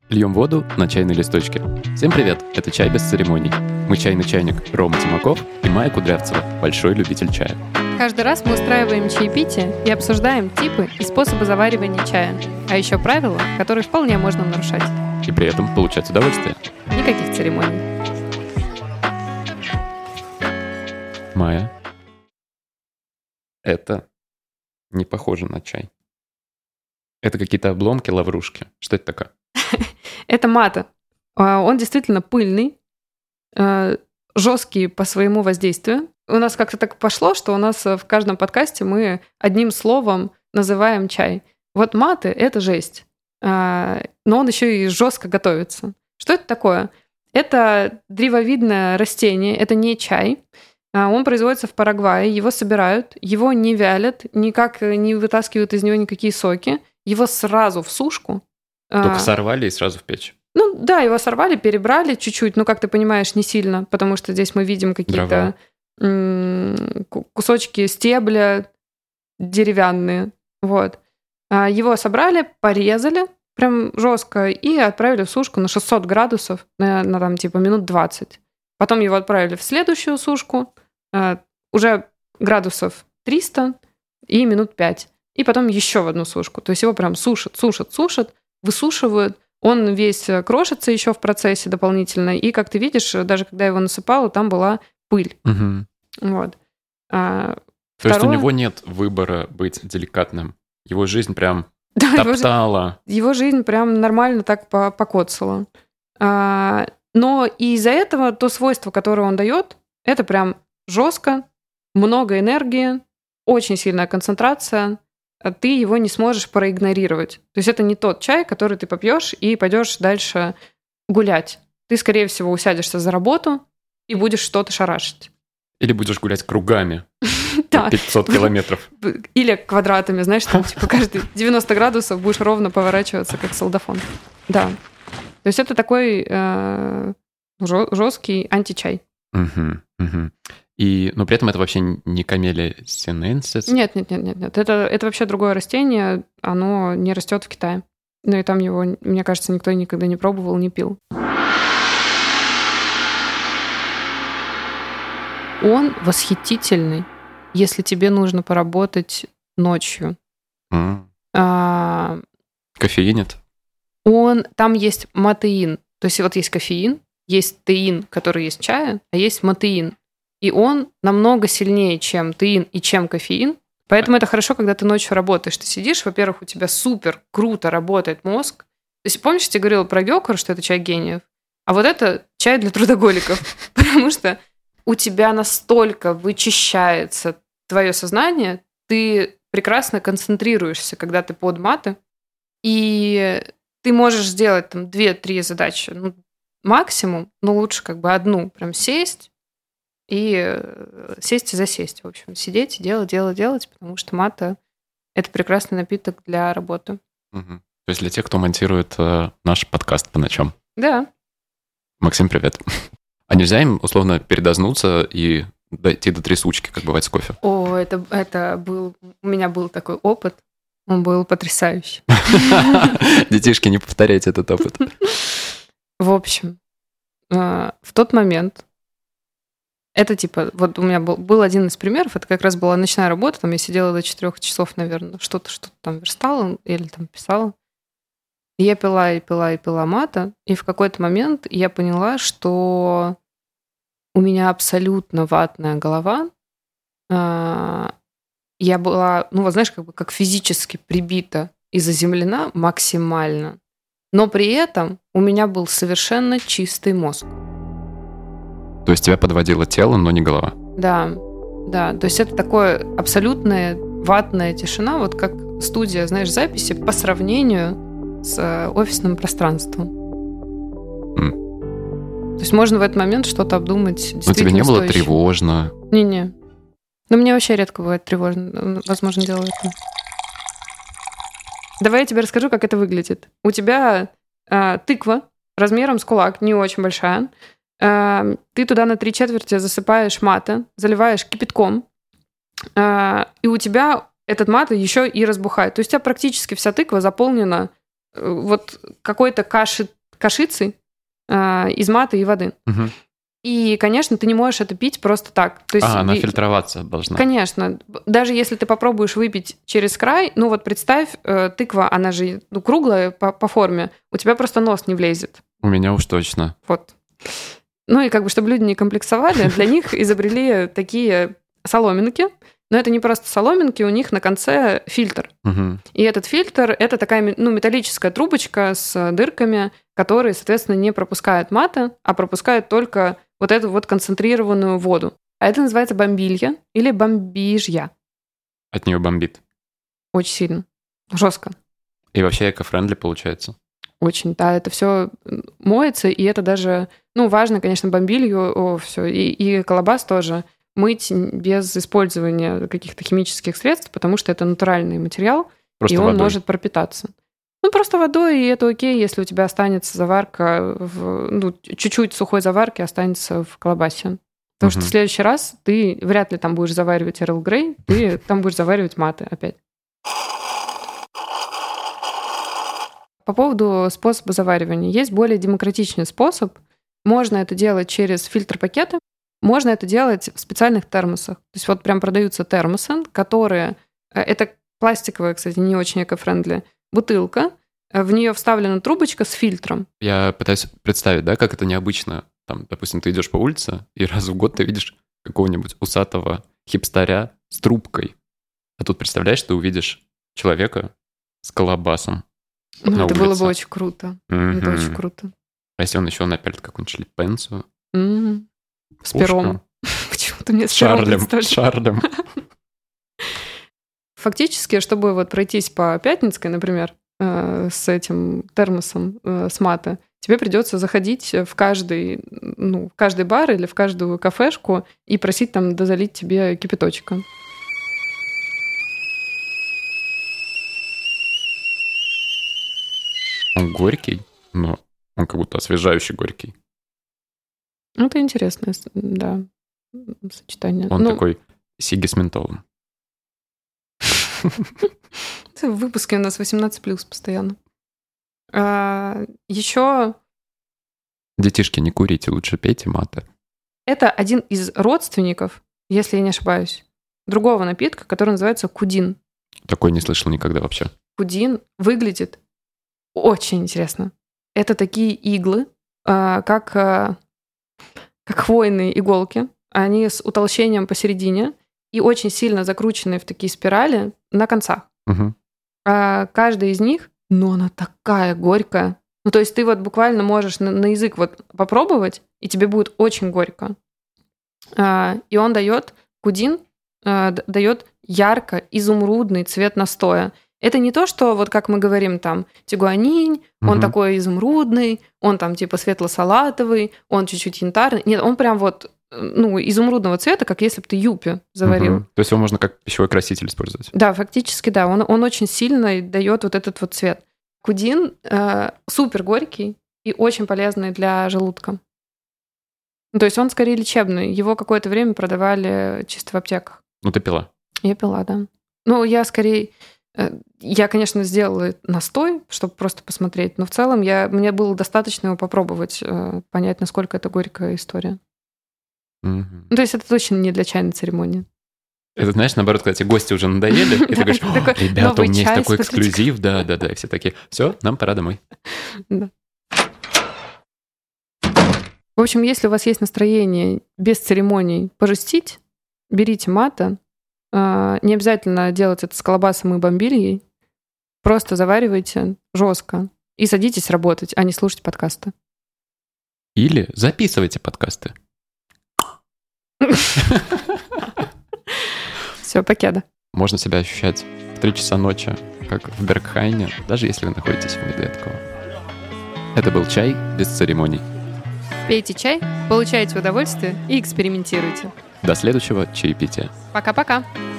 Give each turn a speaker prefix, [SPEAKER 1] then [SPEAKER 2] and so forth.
[SPEAKER 1] Льем воду на чайной листочке. Всем привет, это «Чай без церемоний». Мы чайный чайник Рома Тимаков и Майя Кудрявцева, большой любитель чая.
[SPEAKER 2] Каждый раз мы устраиваем чаепитие и обсуждаем типы и способы заваривания чая, а еще правила, которые вполне можно нарушать.
[SPEAKER 1] И при этом получать удовольствие.
[SPEAKER 2] Никаких церемоний.
[SPEAKER 1] Майя, это не похоже на чай. Это какие-то обломки, лаврушки. Что это такое?
[SPEAKER 2] Это мата. Он действительно пыльный, жесткий по своему воздействию. У нас как-то так пошло, что у нас в каждом подкасте мы одним словом называем чай. Вот маты — это жесть. Но он еще и жестко готовится. Что это такое? Это древовидное растение, это не чай. Он производится в Парагвае, его собирают, его не вялят, никак не вытаскивают из него никакие соки. Его сразу в сушку.
[SPEAKER 1] Только сорвали и сразу в печь.
[SPEAKER 2] Ну да, его сорвали, перебрали чуть-чуть, но, как ты понимаешь, не сильно, потому что здесь мы видим какие-то кусочки стебля деревянные. Вот. Его собрали, порезали прям жестко и отправили в сушку на 600 градусов на там типа минут 20. Потом его отправили в следующую сушку, уже градусов 300 и минут 5. И потом еще в одну сушку. То есть его прям сушат, высушивают. Он весь крошится еще в процессе дополнительно. И, как ты видишь, даже когда я его насыпала, там была пыль.
[SPEAKER 1] Угу.
[SPEAKER 2] Вот.
[SPEAKER 1] То есть у него нет выбора быть деликатным. Его жизнь прям топтала.
[SPEAKER 2] Его жизнь прям нормально так покоцала. Но из-за этого то свойство, которое он дает, это прям жестко, много энергии, очень сильная концентрация. Ты его не сможешь проигнорировать. То есть это не тот чай, который ты попьешь и пойдешь дальше гулять. Ты, скорее всего, усядешься за работу и будешь что-то шарашить.
[SPEAKER 1] Или будешь гулять кругами 500 километров.
[SPEAKER 2] Или квадратами, знаешь, там типа каждые 90 градусов будешь ровно поворачиваться, как солдафон. Да. То есть это такой жесткий античай.
[SPEAKER 1] Но при этом это вообще не камелия синенсис?
[SPEAKER 2] Нет. Это вообще другое растение. Оно не растет в Китае. Ну и там его, мне кажется, никто никогда не пробовал, не пил. Он восхитительный, если тебе нужно поработать ночью.
[SPEAKER 1] Кофеинит?
[SPEAKER 2] Там есть матеин. То есть вот есть кофеин, есть теин, который есть в чае, а есть матеин. И он намного сильнее, чем теин и чем кофеин. Поэтому это хорошо, когда ты ночью работаешь. Ты сидишь, во-первых, у тебя супер круто работает мозг. То есть помнишь, я тебе говорила про Гёкар, что это чай гениев? А вот это чай для трудоголиков. Потому что у тебя настолько вычищается твое сознание, ты прекрасно концентрируешься, когда ты под маты, и ты можешь сделать там 2-3 задачи, максимум, но лучше как бы одну, прям сесть и засесть, в общем, сидеть и делать, потому что мата — это прекрасный напиток для работы.
[SPEAKER 1] То есть для тех, кто монтирует наш подкаст по ночам.
[SPEAKER 2] Да.
[SPEAKER 1] Максим, привет. А нельзя им, условно, передознуться и дойти до трясучки, как бывает с кофе?
[SPEAKER 2] О, это был... У меня был такой опыт. Он был потрясающий.
[SPEAKER 1] Детишки, не повторяйте этот опыт.
[SPEAKER 2] В общем, в тот момент... Это типа... Вот у меня был один из примеров. Это как раз была ночная работа. Там я сидела до 4 часов, наверное. Что-то там верстала или там писала. И я пила мата. И в какой-то момент я поняла, что у меня абсолютно ватная голова. Я была, вот знаешь, как физически прибита и заземлена максимально. Но при этом у меня был совершенно чистый мозг.
[SPEAKER 1] То есть тебя подводило тело, но не голова?
[SPEAKER 2] Да. То есть это такое абсолютная ватная тишина, вот как студия, знаешь, записи по сравнению с офисным пространством. То есть можно в этот момент что-то обдумать действительно
[SPEAKER 1] но тебе не было
[SPEAKER 2] стоящее.
[SPEAKER 1] Тревожно?
[SPEAKER 2] Не. Но мне вообще редко бывает тревожно. Возможно, делаю это. Давай я тебе расскажу, как это выглядит. У тебя тыква размером с кулак, не очень большая. Ты туда на 3/4 засыпаешь мата, заливаешь кипятком, и у тебя этот мат еще и разбухает. То есть у тебя практически вся тыква заполнена вот какой-то кашей кашицей из маты и воды.
[SPEAKER 1] Мгм.
[SPEAKER 2] И, конечно, ты не можешь это пить просто так. То есть,
[SPEAKER 1] Она фильтроваться должна.
[SPEAKER 2] Конечно. Даже если ты попробуешь выпить через край, ну вот представь, тыква, она же круглая по форме, у тебя просто нос не влезет.
[SPEAKER 1] У меня уж точно.
[SPEAKER 2] Вот. Ну и как бы, чтобы люди не комплексовали, для них изобрели такие соломинки. Но это не просто соломинки, у них на конце фильтр.
[SPEAKER 1] Мгм.
[SPEAKER 2] И этот фильтр — это такая металлическая трубочка с дырками, которые, соответственно, не пропускают маты, а пропускают только вот эту вот концентрированную воду. А это называется бомбилья или бомбижья.
[SPEAKER 1] От нее бомбит.
[SPEAKER 2] Очень сильно. Жестко.
[SPEAKER 1] И вообще эко-френдли получается.
[SPEAKER 2] Очень, да, это все моется, и это даже, важно, конечно, бомбилью, все, и колобас тоже мыть без использования каких-то химических средств, потому что это натуральный материал,
[SPEAKER 1] Просто
[SPEAKER 2] и он
[SPEAKER 1] водой.
[SPEAKER 2] может пропитаться. Просто водой, и это окей, если у тебя останется заварка, чуть-чуть сухой заварки останется в колобасе. Потому что в следующий раз ты вряд ли там будешь заваривать Эрл Грей, ты там будешь заваривать маты опять. По поводу способа заваривания. Есть более демократичный способ. Можно это делать через фильтр-пакеты, можно это делать в специальных термосах. То есть вот прям продаются термосы, которые... Это пластиковая, кстати, не очень эко-френдли бутылка, в нее вставлена трубочка с фильтром.
[SPEAKER 1] Я пытаюсь представить, да, как это необычно. Там, допустим, ты идешь по улице, и раз в год ты видишь какого-нибудь усатого хипстаря с трубкой. А тут представляешь, ты увидишь человека с колобасом. на
[SPEAKER 2] Это
[SPEAKER 1] улице.
[SPEAKER 2] было бы очень круто. Это
[SPEAKER 1] Мгм.
[SPEAKER 2] очень круто.
[SPEAKER 1] А если он еще напялит какую-нибудь шлепенцию?
[SPEAKER 2] С пером. Почему-то мне
[SPEAKER 1] С
[SPEAKER 2] с пером
[SPEAKER 1] Шарлем.
[SPEAKER 2] представляешь.
[SPEAKER 1] С Шарлем.
[SPEAKER 2] Фактически, чтобы вот пройтись по Пятницкой, например, с этим термосом с маты, тебе придется заходить в каждый бар или в каждую кафешку и просить там дозалить тебе кипяточка.
[SPEAKER 1] Он горький, но он как будто освежающий горький.
[SPEAKER 2] Это интересное, да, сочетание.
[SPEAKER 1] Он такой сиги с ментолом.
[SPEAKER 2] В выпуске у нас 18+ постоянно. Еще
[SPEAKER 1] Детишки, не курите, лучше пейте маты.
[SPEAKER 2] это один из родственников, если я не ошибаюсь, другого напитка, который называется кудин.
[SPEAKER 1] Такой не слышал никогда вообще.
[SPEAKER 2] Кудин выглядит очень интересно. Это такие иглы, как хвойные иголки. Они с утолщением посередине и очень сильно закрученные в такие спирали на концах.
[SPEAKER 1] Угу.
[SPEAKER 2] Каждая из них, она такая горькая. То есть ты вот буквально можешь на язык вот попробовать, и тебе будет очень горько. И он дает, кудин дает ярко-изумрудный цвет настоя. Это не то, что вот как мы говорим там тигуанинь, он такой изумрудный, он там типа светло-салатовый, он чуть-чуть янтарный. Нет, он прям вот изумрудного цвета, как если бы ты юпи заварил.
[SPEAKER 1] То есть его можно как пищевой краситель использовать?
[SPEAKER 2] Да, фактически, да. Он очень сильно дает вот этот вот цвет. Кудин супер горький и очень полезный для желудка. То есть он скорее лечебный. Его какое-то время продавали чисто в аптеках.
[SPEAKER 1] Ты пила?
[SPEAKER 2] Я пила, да. Я, конечно, сделала настой, чтобы просто посмотреть, но в целом мне было достаточно его попробовать, понять, насколько это горькая история. То есть это точно не для чайной церемонии.
[SPEAKER 1] Это, знаешь, наоборот, когда тебе гости уже надоели, и ты говоришь: ребята, у меня есть такой эксклюзив, да, и все такие: все, нам пора домой.
[SPEAKER 2] Да. В общем, если у вас есть настроение без церемоний пожестить, берите маты. Не обязательно делать это с колобасом и бомбильей. Просто заваривайте жестко и садитесь работать, а не слушать подкасты.
[SPEAKER 1] Или записывайте подкасты.
[SPEAKER 2] Все, покеда.
[SPEAKER 1] Можно себя ощущать в 3 часа ночи, как в Бергхайне, даже если вы находитесь в Медведково. Это был чай без церемоний.
[SPEAKER 2] Пейте чай, получайте удовольствие и экспериментируйте.
[SPEAKER 1] До следующего чаепития.
[SPEAKER 2] Пока-пока.